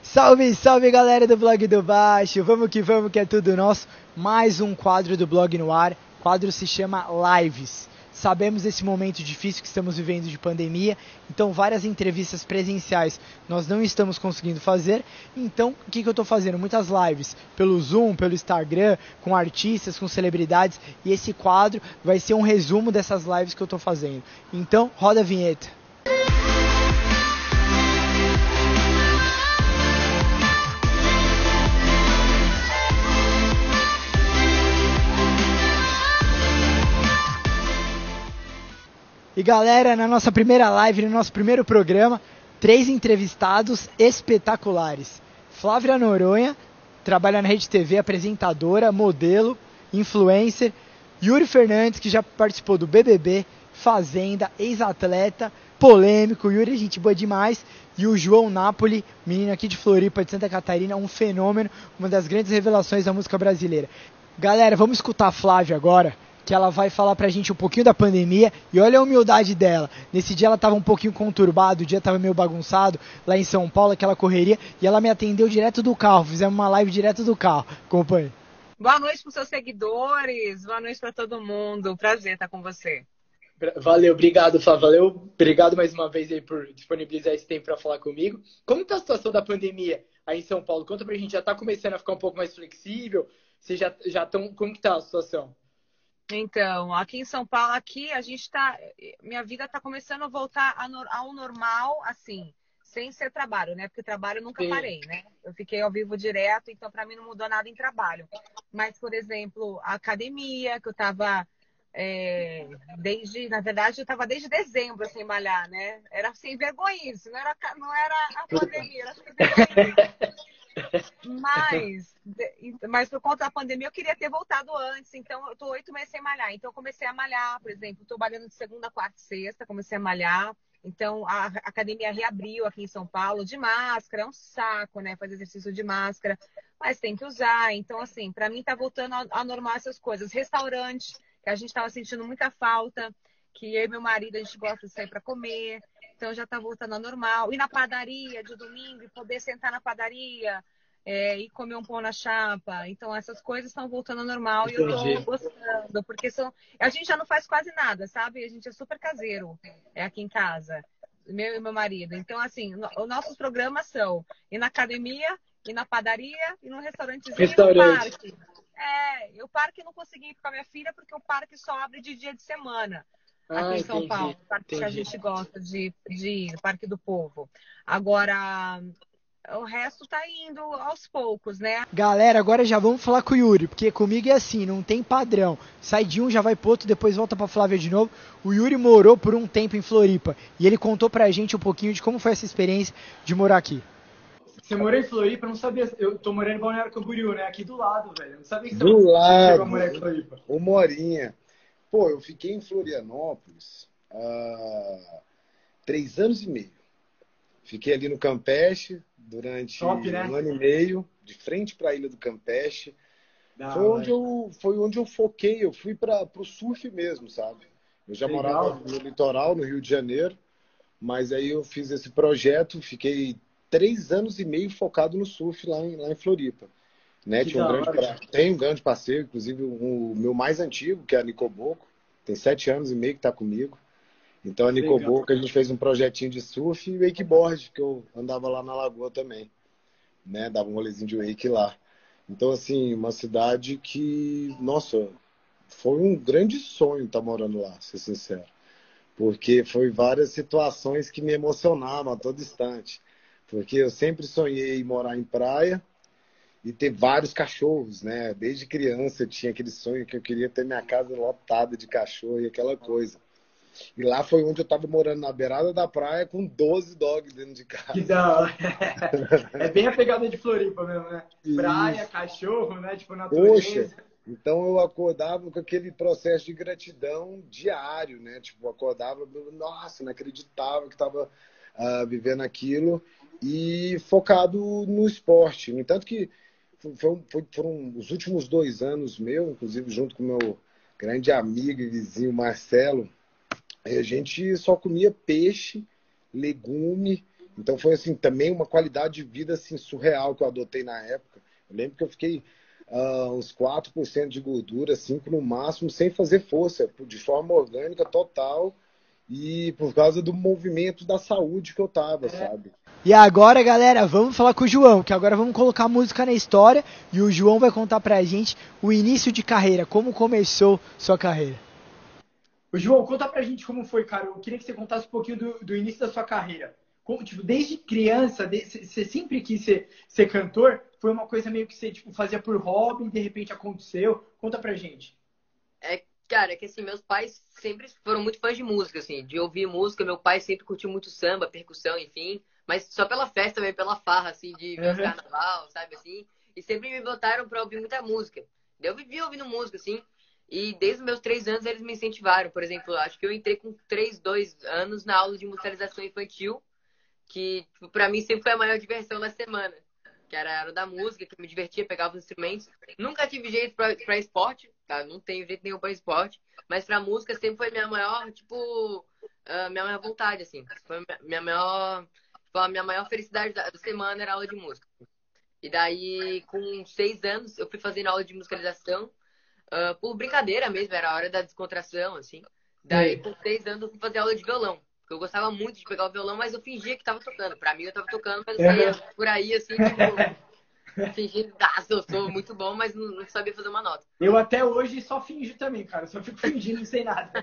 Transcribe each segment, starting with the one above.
Salve, salve galera do Blog do Baixo, vamos que é tudo nosso. Mais um quadro do Blog no ar, o quadro se chama Lives. Sabemos desse momento difícil que estamos vivendo de pandemia, então várias entrevistas presenciais nós não estamos conseguindo fazer. Então o que eu estou fazendo? Muitas lives pelo Zoom, pelo Instagram, com artistas, com celebridades, e esse quadro vai ser um resumo dessas lives que eu estou fazendo. Então roda a vinheta. E galera, na nossa primeira live, no nosso primeiro programa, 3 entrevistados espetaculares. Flávia Noronha, trabalha na Rede TV, apresentadora, modelo, influencer. Yuri Fernandes, que já participou do BBB, Fazenda, ex-atleta, polêmico. Yuri é gente boa demais. E o João Napoli, menino aqui de Floripa, de Santa Catarina, um fenômeno, uma das grandes revelações da música brasileira. Galera, vamos escutar a Flávia agora, que ela vai falar pra gente um pouquinho da pandemia, e olha a humildade dela. Nesse dia ela tava um pouquinho conturbada, o dia tava meio bagunçado, lá em São Paulo, aquela correria, e ela me atendeu direto do carro, fizemos uma live direto do carro. Acompanhe. Boa noite para os seus seguidores, boa noite para todo mundo, prazer estar com você. Valeu, obrigado, Flávia, valeu, obrigado mais uma vez aí por disponibilizar esse tempo para falar comigo. Como tá a situação da pandemia aí em São Paulo? Conta pra gente, já tá começando a ficar um pouco mais flexível? Vocês já estão, como que tá a situação? Então, aqui em São Paulo, minha vida está começando a voltar ao normal, assim, sem ser trabalho, né? Porque trabalho eu nunca parei, né? Eu fiquei ao vivo direto, então para mim não mudou nada em trabalho. Mas, por exemplo, a academia, que eu estava na verdade, eu estava desde dezembro sem malhar, né? Era sem vergonha isso, não era a pandemia, era sem vergonha. Mas por conta da pandemia eu queria ter voltado antes, então eu tô 8 meses sem malhar. Então eu comecei a malhar, por exemplo, tô malhando de segunda, quarta e sexta, comecei a malhar. Então a academia reabriu aqui em São Paulo de máscara, é um saco, né? Fazer exercício de máscara, mas tem que usar. Então, assim, para mim tá voltando a normal essas coisas. Restaurante, que a gente tava sentindo muita falta, que eu e meu marido a gente gosta de sair para comer. Então já tá voltando ao normal. Ir na padaria de domingo e poder sentar na padaria. E comer um pão na chapa. Então, essas coisas estão voltando ao normal. Entendi. E eu tô gostando, porque a gente já não faz quase nada, sabe? A gente é super caseiro aqui em casa, meu e meu marido. Então, assim, os nossos programas são ir na academia, ir na padaria, ir num restaurantezinho e no parque. E o parque eu não consegui ir com a minha filha, porque o parque só abre de dia de semana. Aqui em São Paulo, o parque que a gente gosta de ir, o Parque do Povo. Agora, o resto tá indo aos poucos, né? Galera, agora já vamos falar com o Yuri, porque comigo é assim, não tem padrão. Sai de um, já vai pro outro, depois volta pra Flávia de novo. O Yuri morou por um tempo em Floripa, e ele contou pra gente um pouquinho de como foi essa experiência de morar aqui. Você morou em Floripa? Eu não sabia. Eu tô morando em Balneário Camboriú, né? Aqui do lado, velho. Eu não sabia que você chegou a morar em Floripa. Uma horinha. Pô, eu fiquei em Florianópolis há 3 anos e meio. Fiquei ali no Campeche durante um ano e meio, de frente para a Ilha do Campeche. Foi onde eu foquei, eu fui para o surf mesmo, sabe? Eu já morava no litoral, no Rio de Janeiro, mas aí eu fiz esse projeto, fiquei 3 anos e meio focado no surf lá em Floripa. Né? Tem um grande parceiro, inclusive o meu mais antigo, que é a Nicoboco, tem 7 anos e meio que está comigo. Então a Nicoboco, a gente fez um projetinho de surf e wakeboard, que eu andava lá na lagoa também, né? Dava um rolezinho de wake lá. Então, assim, uma cidade que, nossa, foi um grande sonho estar morando lá, ser sincero. Porque foi várias situações que me emocionavam a todo instante. Porque eu sempre sonhei em morar em praia e ter vários cachorros, né? Desde criança eu tinha aquele sonho que eu queria ter minha casa lotada de cachorro e aquela coisa. E lá foi onde eu tava morando, na beirada da praia, com 12 dogs dentro de casa. Que da hora. É bem a pegada de Floripa mesmo, né? Praia, cachorro, né? Tipo, natureza. Poxa, então eu acordava com aquele processo de gratidão diário, né? Tipo, eu acordava, nossa, não acreditava que tava vivendo aquilo e focado no esporte. No entanto que foram os últimos 2 anos meu, inclusive junto com meu grande amigo e vizinho Marcelo, a gente só comia peixe, legume Então foi assim também uma qualidade de vida assim surreal que eu adotei na época. Eu lembro que eu fiquei uns 4% de gordura, 5% no máximo, sem fazer força, de forma orgânica total e por causa do movimento da saúde que eu tava, sabe? E agora, galera, vamos falar com o João, que agora vamos colocar música na história e o João vai contar pra gente o início de carreira, como começou sua carreira. O João, conta pra gente como foi, cara. Eu queria que você contasse um pouquinho do início da sua carreira. Como, tipo, desde criança, você sempre quis ser cantor? Foi uma coisa meio que você tipo, fazia por hobby e de repente aconteceu? Conta pra gente. Cara, é que assim, meus pais sempre foram muito fãs de música, assim, de ouvir música. Meu pai sempre curtiu muito samba, percussão, enfim. Mas só pela festa, mesmo, pela farra, assim, de ver carnaval, sabe, assim. E sempre me botaram pra ouvir muita música. Eu vivia ouvindo música, assim. E desde os meus 3 anos eles me incentivaram. Por exemplo, acho que eu entrei com 2 anos na aula de musicalização infantil, que tipo, pra mim sempre foi a maior diversão da semana. Que era a hora da música, que eu me divertia, pegava os instrumentos. Nunca tive jeito pra esporte, tá? Não tenho jeito nenhum pra esporte. Mas pra música sempre foi minha maior, tipo, minha maior vontade, assim. Foi a minha maior felicidade da semana era a aula de música. E daí, com 6 anos, eu fui fazendo aula de musicalização. Por brincadeira mesmo, era a hora da descontração, assim. Daí, com 6 anos, eu fui fazer aula de violão. Porque eu gostava muito de pegar o violão, mas eu fingia que tava tocando. Pra mim, eu tava tocando, mas eu saía por aí, assim, tipo, fingindo, eu sou muito bom, mas não sabia fazer uma nota. Eu até hoje só finjo também, cara. Só fico fingindo, não sei nada.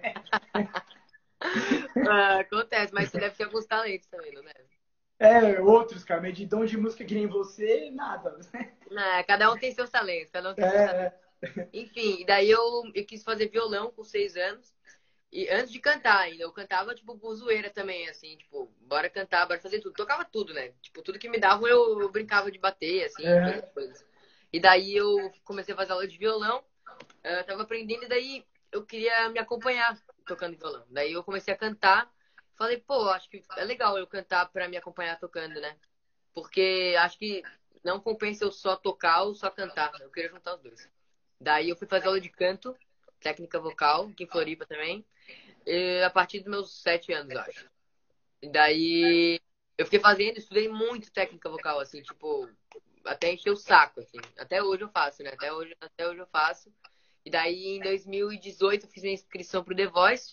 Acontece, mas você deve ter alguns talentos também, não deve? Outros, cara. Mas de dom de música que nem você, nada. Cada um tem seus talentos, cada um tem seus talentos. Enfim, daí eu quis fazer violão com 6 anos. E antes de cantar ainda, eu cantava, tipo, por zoeira também, assim, tipo, bora cantar, bora fazer tudo. Tocava tudo, né? Tipo, tudo que me davam eu brincava de bater, assim, fazer coisas. E daí eu comecei a fazer aula de violão, eu tava aprendendo, e daí eu queria me acompanhar tocando violão. Daí eu comecei a cantar, falei, pô, acho que é legal eu cantar pra me acompanhar tocando, né? Porque acho que não compensa eu só tocar ou só cantar, eu queria juntar os dois. Daí eu fui fazer aula de canto, técnica vocal, aqui em Floripa também. A partir dos meus 7 anos, eu acho. E daí eu fiquei fazendo, estudei muito técnica vocal, assim, tipo, até encher o saco, assim. Até hoje eu faço, né? Até hoje eu faço. E daí em 2018 eu fiz minha inscrição pro The Voice.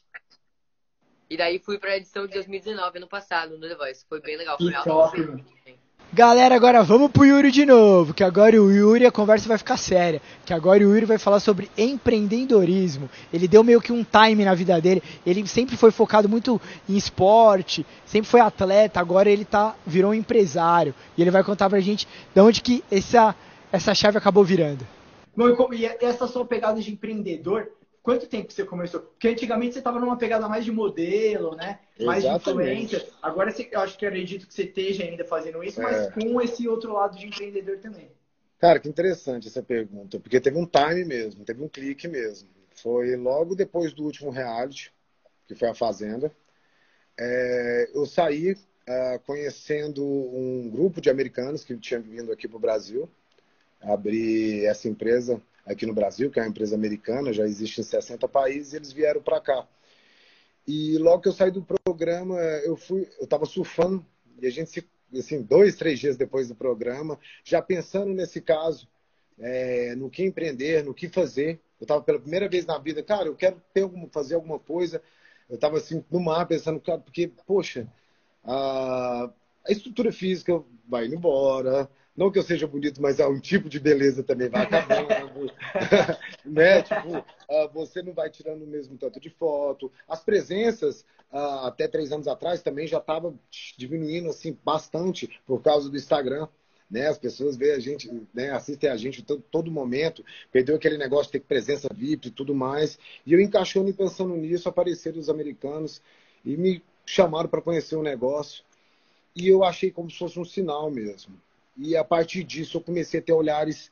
E daí fui pra edição de 2019, ano passado, no The Voice. Foi bem legal, foi top. Galera, agora vamos pro Yuri de novo, que agora o Yuri, a conversa vai ficar séria, que agora o Yuri vai falar sobre empreendedorismo. Ele deu meio que um time na vida dele, ele sempre foi focado muito em esporte, sempre foi atleta, agora ele virou um empresário. E ele vai contar pra gente de onde que essa chave acabou virando. Bom, e essa sua pegada de empreendedor, quanto tempo você começou? Porque antigamente você estava numa pegada mais de modelo, né? Mais de influencer. Agora eu acho que acredito que você esteja ainda fazendo isso, mas com esse outro lado de empreendedor também. Cara, que interessante essa pergunta, porque teve um time mesmo, teve um clique mesmo. Foi logo depois do último reality, que foi a Fazenda. Eu saí conhecendo um grupo de americanos que tinha vindo aqui para o Brasil, abrir essa empresa aqui no Brasil, que é uma empresa americana, já existe em 60 países, e eles vieram para cá. E logo que eu saí do programa, eu estava surfando, e a gente, assim, 2, 3 dias depois do programa, já pensando nesse caso, no que empreender, no que fazer. Eu estava pela primeira vez na vida, cara, eu quero fazer alguma coisa. Eu estava assim, no mar, pensando, cara, porque, poxa, a estrutura física vai indo embora. Não que eu seja bonito, mas um tipo de beleza também vai acabando. Né? Tipo, você não vai tirando o mesmo tanto de foto. As presenças, até 3 anos atrás, também já estava diminuindo assim, bastante por causa do Instagram. Né? As pessoas veem a gente, né? Assistem a gente todo momento. Perdeu aquele negócio de ter presença VIP e tudo mais. E eu encaixando e pensando nisso, apareceram os americanos e me chamaram para conhecer o negócio. E eu achei como se fosse um sinal mesmo. E a partir disso eu comecei a ter olhares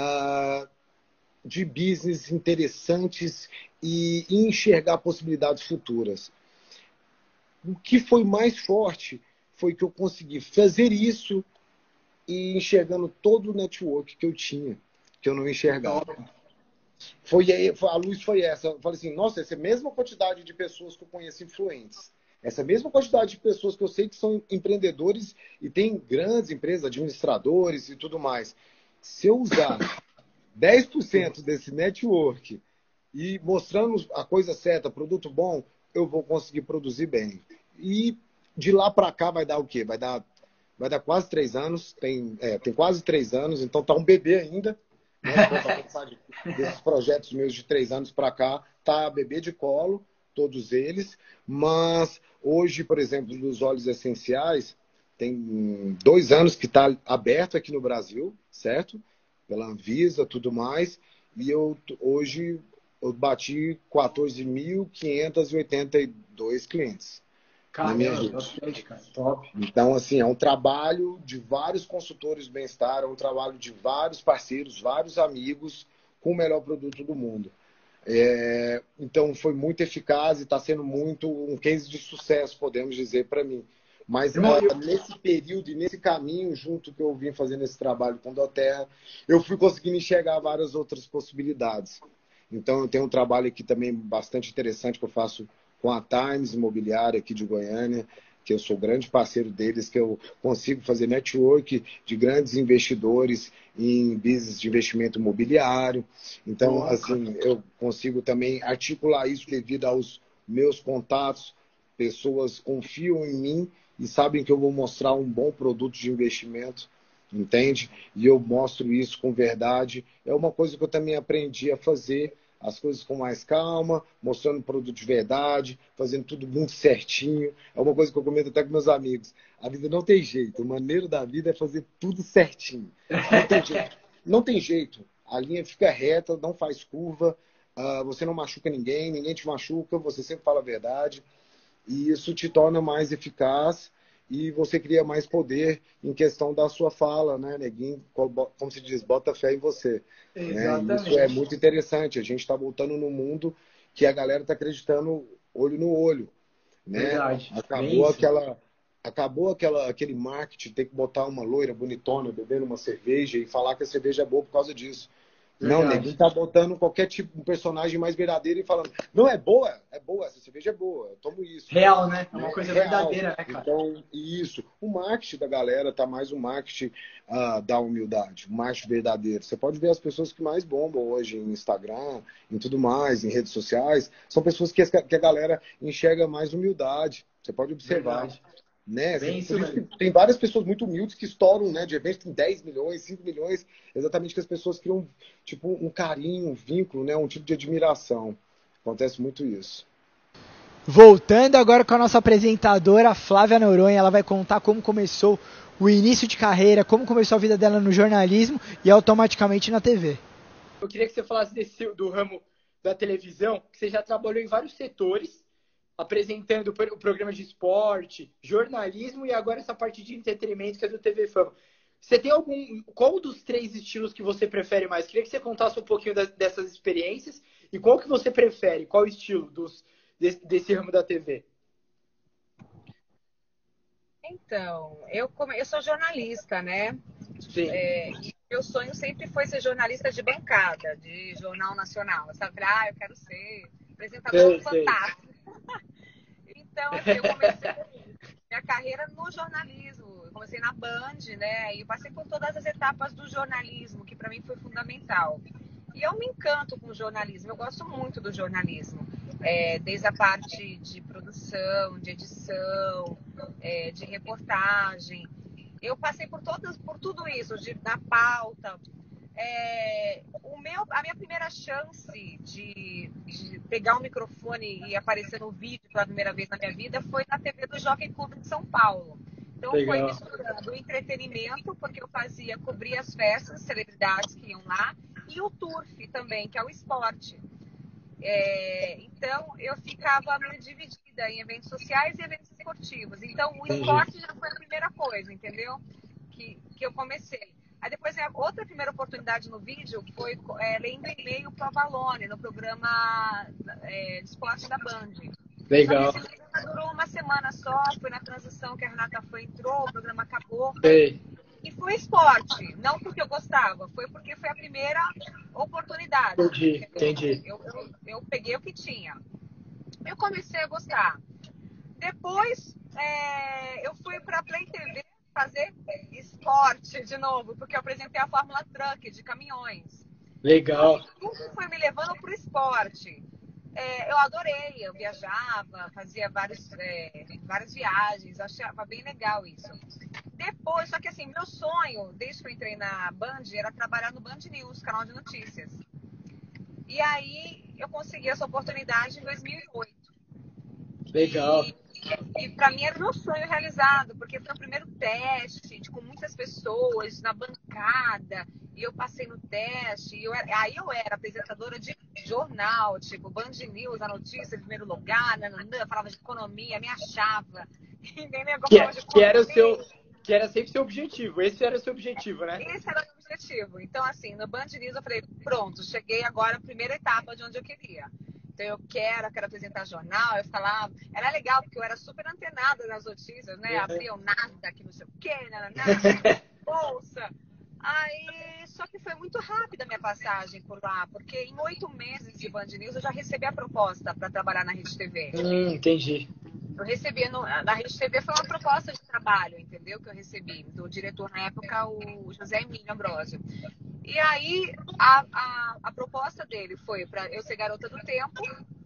de business interessantes e enxergar possibilidades futuras. O que foi mais forte foi que eu consegui fazer isso e enxergando todo o network que eu tinha, que eu não enxergava. A luz foi essa. Eu falei assim, nossa, essa é a mesma quantidade de pessoas que eu conheço influentes. essa mesma quantidade de pessoas que eu sei que são empreendedores e têm grandes empresas, administradores e tudo mais. Se eu usar 10% desse network e mostrando a coisa certa, produto bom, eu vou conseguir produzir bem. E de lá para cá vai dar o quê? Vai dar quase 3 anos, tem quase 3 anos, então tá um bebê ainda. Né? Desses projetos meus de 3 anos para cá, tá bebê de colo, todos eles. Mas hoje, por exemplo, dos óleos essenciais, tem 2 anos que está aberto aqui no Brasil, certo? Pela Anvisa, tudo mais. E hoje eu bati 14.582 clientes. Caramba, bastante, cara. Top. Então, assim, é um trabalho de vários consultores de bem-estar, é um trabalho de vários parceiros, vários amigos, com o melhor produto do mundo. Então, foi muito eficaz e está sendo muito um case de sucesso, podemos dizer, para mim. Mas nesse período e nesse caminho, junto que eu vim fazendo esse trabalho com o Doterra, eu fui conseguindo enxergar várias outras possibilidades. Então, eu tenho um trabalho aqui também bastante interessante que eu faço com a Times Imobiliária aqui de Goiânia, que eu sou grande parceiro deles, que eu consigo fazer network de grandes investidores em business de investimento imobiliário. Então, assim, eu consigo também articular isso devido aos meus contatos. Pessoas confiam em mim e sabem que eu vou mostrar um bom produto de investimento, entende? E eu mostro isso com verdade. É uma coisa que eu também aprendi a fazer, as coisas com mais calma, mostrando produto de verdade, fazendo tudo muito certinho. É uma coisa que eu comento até com meus amigos. A vida não tem jeito. O maneiro da vida é fazer tudo certinho. Não tem jeito. Não tem jeito. A linha fica reta, não faz curva, você não machuca ninguém, ninguém te machuca, você sempre fala a verdade. E isso te torna mais eficaz e você cria mais poder em questão da sua fala, né, neguinho? Como se diz, bota fé em você. Né? Isso é muito interessante. A gente está voltando num mundo que a galera está acreditando olho no olho. Né? Verdade. Acabou aquele marketing, ter que botar uma loira bonitona bebendo uma cerveja e falar que a cerveja é boa por causa disso. Verdade. Não, neguinho tá botando qualquer tipo de personagem mais verdadeiro e falando, não, é boa, essa cerveja é boa, eu tomo isso. Real, né? É uma coisa verdadeira, né, cara? Então, isso. O marketing da galera tá mais um marketing da humildade, um marketing verdadeiro. Você pode ver as pessoas que mais bombam hoje em Instagram, em tudo mais, em redes sociais, são pessoas que a galera enxerga mais humildade. Você pode observar. Verdade. Né? Por isso que tem várias pessoas muito humildes que estouram, né, de eventos com 10 milhões, 5 milhões, exatamente que as pessoas criam tipo um carinho, um vínculo, né, um tipo de admiração. Acontece muito isso. Voltando agora com a nossa apresentadora, Flávia Noronha, ela vai contar como começou o início de carreira, como começou a vida dela no jornalismo e automaticamente na TV. Eu queria que você falasse do ramo da televisão, que você já trabalhou em vários setores, apresentando o programa de esporte, jornalismo e agora essa parte de entretenimento que é do TV Fama. Você tem qual dos 3 estilos que você prefere mais? Queria que você contasse um pouquinho dessas experiências e qual que você prefere, qual estilo desse ramo da TV? Então, eu sou jornalista, né? Sim. E meu sonho sempre foi ser jornalista de bancada, de jornal nacional. Sabe? Eu quero ser apresentador fantástico. Então, assim, eu comecei minha carreira no jornalismo. Eu comecei na Band, né? E passei por todas as etapas do jornalismo, que para mim foi fundamental. E eu me encanto com o jornalismo. Eu gosto muito do jornalismo. Desde a parte de produção, de edição, de reportagem. Eu passei por tudo isso, na pauta. A minha primeira chance de pegar um microfone e aparecer no vídeo pela primeira vez na minha vida foi na TV do Jockey Club de São Paulo. Então foi misturando o entretenimento, porque eu cobria as festas, celebridades que iam lá, e o turf também, que é o esporte. Então eu ficava meio dividida em eventos sociais e eventos esportivos. Então o esporte já foi a primeira coisa, entendeu? Que eu comecei. Aí depois a outra primeira oportunidade no vídeo foi lendo e-mail pro Avalone, no programa de esporte da Band. Legal. Só que esse programa durou uma semana só, foi na transição que a Renata entrou, o programa acabou. Sei. E foi esporte, não porque eu gostava, foi porque foi a primeira oportunidade. Entendi. Eu peguei o que tinha. Eu comecei a gostar. Depois, eu fui para a Play TV fazer esporte de novo, porque eu apresentei a Fórmula Truck de caminhões. Legal. Então, tudo foi me levando para o esporte. Eu adorei, eu viajava, fazia várias viagens, achava bem legal isso. Depois, só que assim, meu sonho, desde que eu entrei na Band, era trabalhar no Band News, canal de notícias. E aí, eu consegui essa oportunidade em 2008. Legal. E para mim era o meu sonho realizado, porque foi o primeiro teste com muitas pessoas na bancada, e eu passei no teste, aí eu era apresentadora de jornal, tipo Band News, a notícia em primeiro lugar, falava de economia, me achava, entendeu? Que era sempre seu objetivo, esse era o seu objetivo, né? Esse era o meu objetivo. Então, assim, no Band News eu falei, pronto, cheguei agora à primeira etapa de onde eu queria. Então eu quero apresentar jornal, eu falava, era legal porque eu era super antenada nas notícias, né? Abria o nada, que não sei o quê, bolsa. Aí, só que foi muito rápida a minha passagem por lá, porque em 8 meses de Band News eu já recebi a proposta para trabalhar na Rede TV. Entendi. Eu recebi, na Rede TV foi uma proposta de trabalho, entendeu? Que eu recebi, do diretor na época, o José Emílio Ambrosio. E aí, a proposta dele foi para eu ser garota do tempo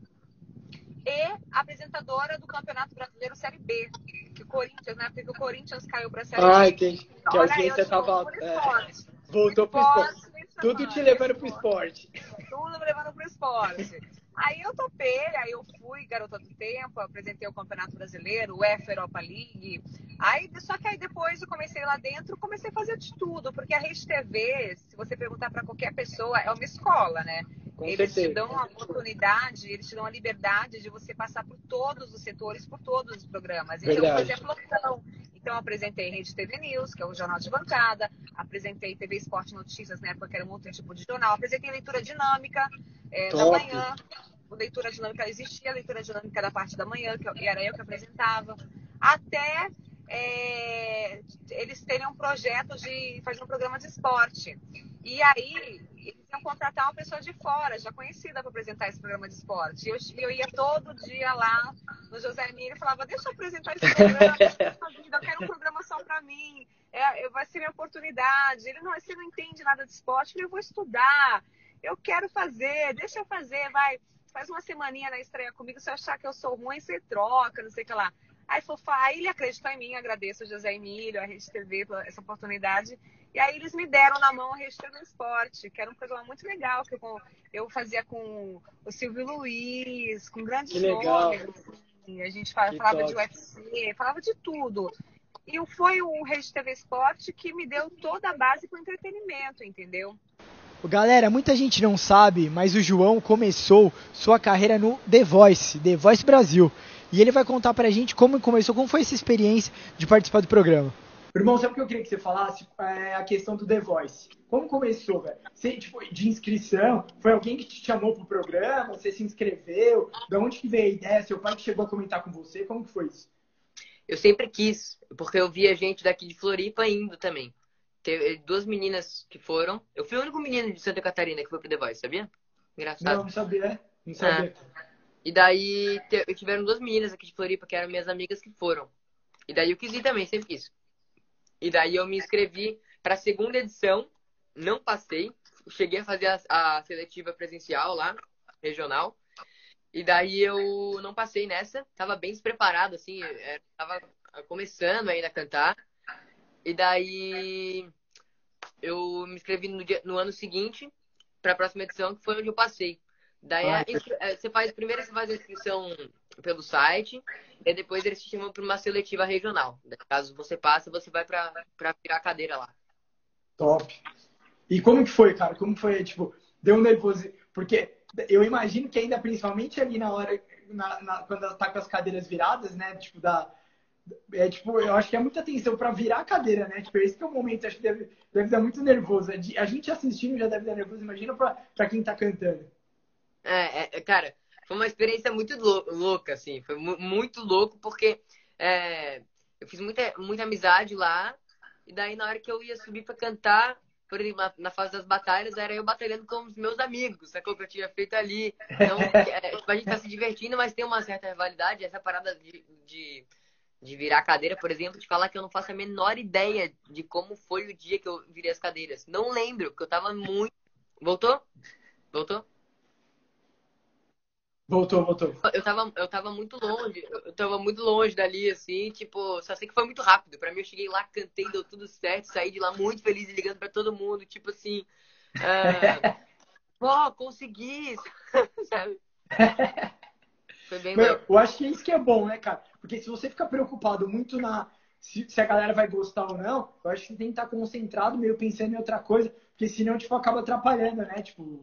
e apresentadora do Campeonato Brasileiro Série B. Que o Corinthians, na época que o Corinthians caiu para a Série B. Entendi. Que a audiência estava... Voltou para o esporte. Tudo te levando para o esporte. Tudo me levando para o esporte. Aí eu topei, aí eu fui garota do tempo, apresentei o Campeonato Brasileiro, o UEFA Europa League. Só que aí depois eu comecei lá dentro, comecei a fazer de tudo, porque a Rede TV, se você perguntar para qualquer pessoa, é uma escola, né? Eles te dão uma oportunidade, eles te dão a liberdade de você passar por todos os setores, por todos os programas. Então eu fazia plantão. Então eu apresentei Rede TV News, que é o jornal de bancada, apresentei TV Esporte Notícias, na época que era um outro tipo de jornal, apresentei leitura dinâmica da manhã. Leitura dinâmica existia, leitura dinâmica da parte da manhã, que era eu que apresentava, até eles terem um projeto de fazer um programa de esporte. E aí, eles iam contratar uma pessoa de fora, já conhecida, para apresentar esse programa de esporte. Eu ia todo dia lá no José Emílio e falava, deixa eu apresentar esse programa, eu quero um programa só para mim, vai ser minha oportunidade. Ele, não, você não entende nada de esporte, eu vou estudar, eu quero fazer, deixa eu fazer, faz uma semaninha na estreia comigo, se eu achar que eu sou ruim, você troca, não sei o que lá. Aí ele acreditou em mim, agradeço o José Emílio, a Rede TV, por essa oportunidade. E aí eles me deram na mão a Rede TV no Esporte, que era um programa muito legal, que eu fazia com o Silvio Luiz, com grandes nomes. Assim, a gente falava de UFC, falava de tudo. E foi o Rede TV Esporte que me deu toda a base para o entretenimento, entendeu? Galera, muita gente não sabe, mas o João começou sua carreira no The Voice Brasil. E ele vai contar pra gente como começou, como foi essa experiência de participar do programa. Irmão, sabe o que eu queria que você falasse? A questão do The Voice. Como começou, velho? Você, de inscrição, foi alguém que te chamou pro programa? Você se inscreveu? De onde que veio a ideia? Seu pai que chegou a comentar com você? Como que foi isso? Eu sempre quis, porque eu via gente daqui de Floripa indo também. Teve 2 meninas que foram. Eu fui o único menino de Santa Catarina que foi pro The Voice, sabia? Engraçado. Não sabia. Não sabia. E daí tiveram 2 meninas aqui de Floripa, que eram minhas amigas, que foram. E daí eu quis ir também, sempre quis. E daí eu me inscrevi para a 2ª edição, não passei. Cheguei a fazer a seletiva presencial lá, regional. E daí eu não passei nessa. Tava bem despreparado, assim. Tava começando ainda a cantar. E daí eu me inscrevi no ano seguinte para a próxima edição, que foi onde eu passei. Daí primeiro você faz a inscrição pelo site e depois eles te chamam para uma seletiva regional. Caso você passe, você vai para virar a cadeira lá. Top. E como que foi, cara? Como foi, tipo, deu um nervoso? Porque eu imagino que ainda, principalmente ali na hora, quando ela tá com as cadeiras viradas, né? Tipo, eu acho que é muita atenção para virar a cadeira, né? Tipo, esse que é o momento, acho que deve dar muito nervoso. A gente assistindo já deve dar nervoso, imagina para quem tá cantando. Cara, foi uma experiência muito louca, assim. Foi muito louco, porque eu fiz muita amizade lá. E daí, na hora que eu ia subir pra cantar, por exemplo, na fase das batalhas, era eu batalhando com os meus amigos, sacou? Que eu tinha feito ali. Então, tipo, a gente tá se divertindo, mas tem uma certa rivalidade. Essa parada de virar a cadeira, por exemplo, de falar que eu não faço a menor ideia de como foi o dia que eu virei as cadeiras. Não lembro, porque eu tava muito... Voltou? Voltou? Voltou. Eu tava muito longe dali, assim, tipo, só sei que foi muito rápido. Pra mim, eu cheguei lá, cantei, deu tudo certo, saí de lá muito feliz e ligando pra todo mundo, tipo assim, pô, consegui, sabe? Foi bem louco. Eu acho que é isso que é bom, né, cara? Porque se você ficar preocupado muito se a galera vai gostar ou não, eu acho que você tem que estar concentrado, meio pensando em outra coisa, porque senão, tipo, acaba atrapalhando, né? Tipo,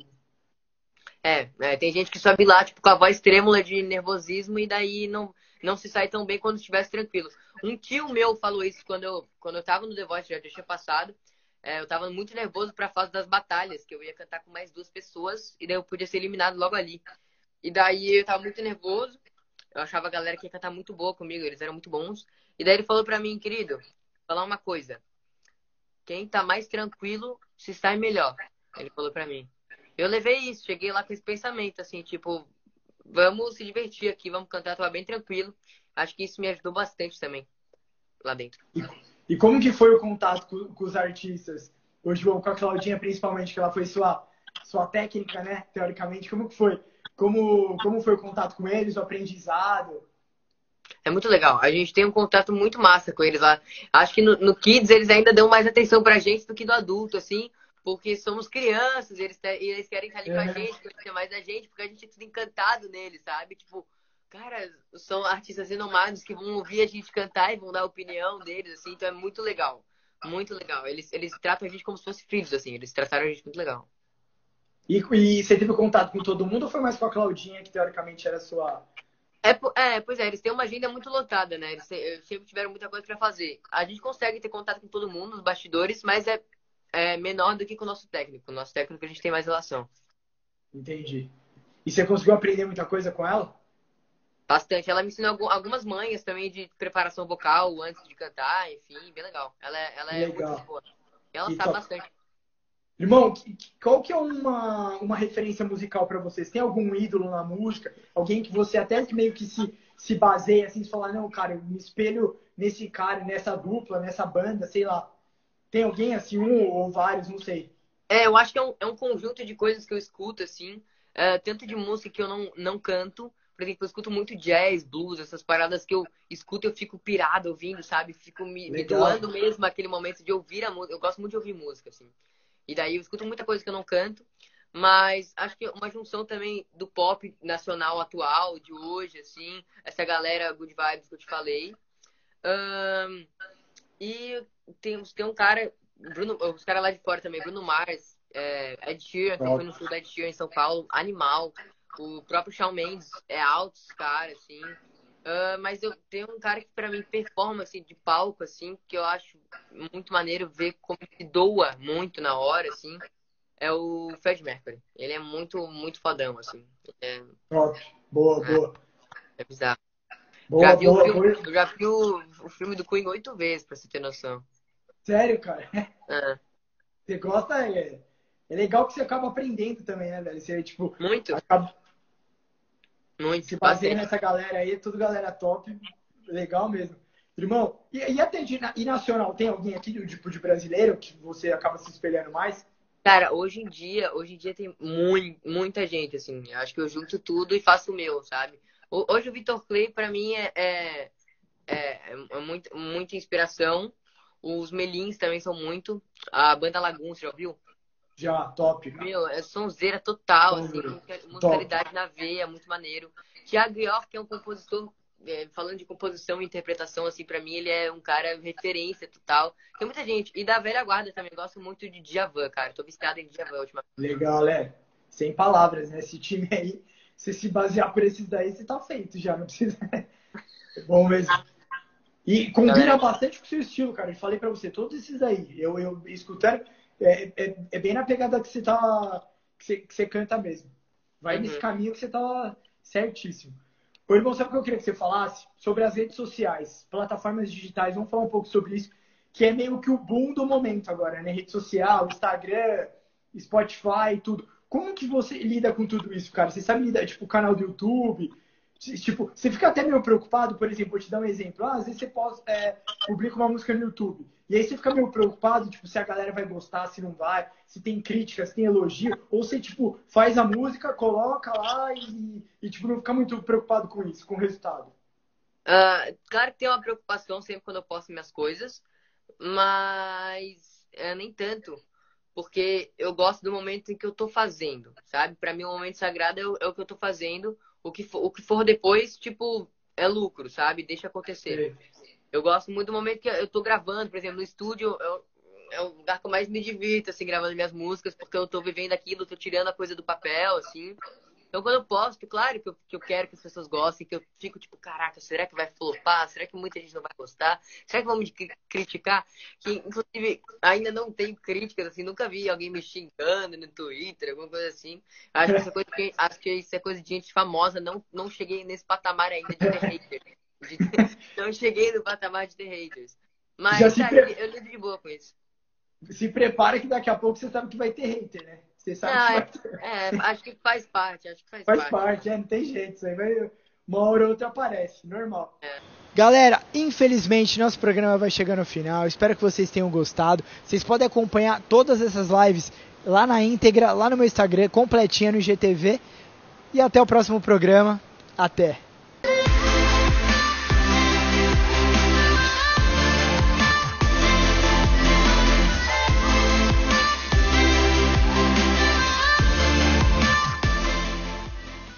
Tem gente que sobe lá, tipo, com a voz trêmula de nervosismo e daí não se sai tão bem quando estivesse tranquilo. Um tio meu falou isso quando eu tava no The Voice, já tinha passado. Eu tava muito nervoso pra fase das batalhas, que eu ia cantar com mais 2 pessoas e daí eu podia ser eliminado logo ali. E daí eu tava muito nervoso, eu achava a galera que ia cantar muito boa comigo, eles eram muito bons. E daí ele falou pra mim, querido, vou falar uma coisa, quem tá mais tranquilo se sai melhor. Ele falou pra mim. Eu levei isso, cheguei lá com esse pensamento, assim, tipo, vamos se divertir aqui, vamos cantar, tava bem tranquilo. Acho que isso me ajudou bastante também, lá dentro. e como que foi o contato com os artistas? O João, com a Claudinha, principalmente, que ela foi sua técnica, né? Teoricamente, como que foi? Como foi o contato com eles, o aprendizado? É muito legal. A gente tem um contato muito massa com eles lá. Acho que no Kids eles ainda dão mais atenção pra gente do que do adulto, assim, porque somos crianças, eles querem estar ali com a gente, conhecer mais a gente, porque a gente é tudo encantado neles, sabe? Tipo, cara, são artistas renomados que vão ouvir a gente cantar e vão dar a opinião deles, assim, então é muito legal. Muito legal. Eles tratam a gente como se fosse filhos, assim, eles trataram a gente muito legal. E você teve contato com todo mundo ou foi mais com a Claudinha, que teoricamente era sua. Pois é, eles têm uma agenda muito lotada, né? Eles sempre tiveram muita coisa pra fazer. A gente consegue ter contato com todo mundo, nos bastidores, mas é menor do que com o nosso técnico. O nosso técnico a gente tem mais relação. Entendi. E você conseguiu aprender muita coisa com ela? Bastante. Ela me ensinou algumas manhas também de preparação vocal antes de cantar, enfim, bem legal. Ela é muito Legal. boa. E ela E sabe top. bastante. Irmão, qual que é uma referência musical para vocês? Tem algum ídolo na música? Alguém que você até meio que se baseia assim, se falar, não, cara, eu me espelho nesse cara, nessa dupla, nessa banda, sei lá. Tem alguém assim, um ou vários, não sei. Eu acho que é um conjunto de coisas que eu escuto, assim. Tanto de música que eu não canto. Por exemplo, eu escuto muito jazz, blues, essas paradas que eu escuto eu fico pirado ouvindo, sabe? Fico me Legal. doando mesmo aquele momento de ouvir a música. Eu gosto muito de ouvir música, assim. E daí eu escuto muita coisa que eu não canto. Mas acho que uma junção também do pop nacional atual, de hoje, assim. Essa galera good vibes que eu te falei. E tem um cara, os caras lá de fora também, Bruno Mars, Ed Sheeran, que eu fui no show da Ed Sheeran em São Paulo, animal. O próprio Shawn Mendes é altos, cara, assim. Mas eu tenho um cara que pra mim performance de palco, assim, que eu acho muito maneiro ver como ele doa muito na hora, assim. É o Fred Mercury. Ele é muito, muito fodão, assim. Top. Boa. É bizarro. Boa. Eu já vi o filme do Queen 8 vezes, pra você ter noção. Sério, cara? É. Você gosta, é legal que você acaba aprendendo também, né, velho? Você, tipo, Muito, acaba muito, se baseia bastante. nessa galera aí, tudo galera top. Legal mesmo. Irmão, e até e nacional, tem alguém aqui do tipo de brasileiro que você acaba se espelhando mais? Cara, hoje em dia tem muita gente, assim. Eu acho que eu junto tudo e faço o meu, sabe? Hoje o Vitor Clay, pra mim, muita inspiração. Os Melins também são muito. A banda Lagoon, você já ouviu? Já, top. Meu, é sonzeira total, assim, Sonzeira. musicalidade na veia, muito maneiro. Thiago York é um compositor, falando de composição e interpretação, assim, pra mim ele é um cara referência total. Tem muita gente. E da velha guarda também, gosto muito de Djavan, cara. Tô viciado em Djavan ultimamente. Legal, né? Sem palavras, né? Esse time aí, se basear por esses daí, você tá feito já, não precisa. É bom mesmo. E combina bastante com o seu estilo, cara. Eu falei pra você, todos esses aí, eu escutando, é bem na pegada que você tá, que você canta mesmo. Vai nesse caminho que você tá certíssimo. Ô, irmão, sabe o que eu queria que você falasse? Sobre as redes sociais, plataformas digitais. Vamos falar um pouco sobre isso. que é meio que o boom do momento agora, né? Rede social, Instagram, Spotify e tudo. Como que você lida com tudo isso, cara? Você sabe lidar, tipo, canal do YouTube? Tipo, você fica até meio preocupado, por exemplo, vou te dar um exemplo. Às vezes você publica uma música no YouTube. E aí você fica meio preocupado, tipo, se a galera vai gostar, se não vai, se tem críticas, se tem elogio. Ou você, tipo, faz a música, coloca lá e tipo, não fica muito preocupado com isso, com o resultado. Claro que tem uma preocupação sempre quando eu posto minhas coisas, mas nem tanto. Porque eu gosto do momento em que eu tô fazendo, sabe? Pra mim, o momento sagrado é o que eu tô fazendo. O que for depois, tipo, é lucro, sabe? Deixa acontecer. Eu gosto muito do momento que eu tô gravando, por exemplo, no estúdio, é o lugar que eu mais me divirto, assim, gravando minhas músicas, porque eu tô vivendo aquilo, tô tirando a coisa do papel, assim. Então, quando eu posto, claro que eu quero que as pessoas gostem, que eu fico tipo, caraca, será que vai flopar? Será que muita gente não vai gostar? Será que vão me criticar? Que, inclusive, ainda não tenho críticas, assim, nunca vi alguém me xingando no Twitter, alguma coisa assim. Acho que isso é coisa de gente famosa, não cheguei nesse patamar ainda de ter haters. Não cheguei no patamar de ter haters. Mas, eu lido de boa com isso. Se prepara que daqui a pouco você sabe que vai ter hater, né? Você sabe que vai ter. Acho que faz parte. Faz parte, não tem jeito. Isso aí uma hora ou outra aparece, normal. Galera, infelizmente nosso programa vai chegando ao final. Espero que vocês tenham gostado. Vocês podem acompanhar todas essas lives lá na íntegra, lá no meu Instagram, completinha no IGTV. E até o próximo programa. Até!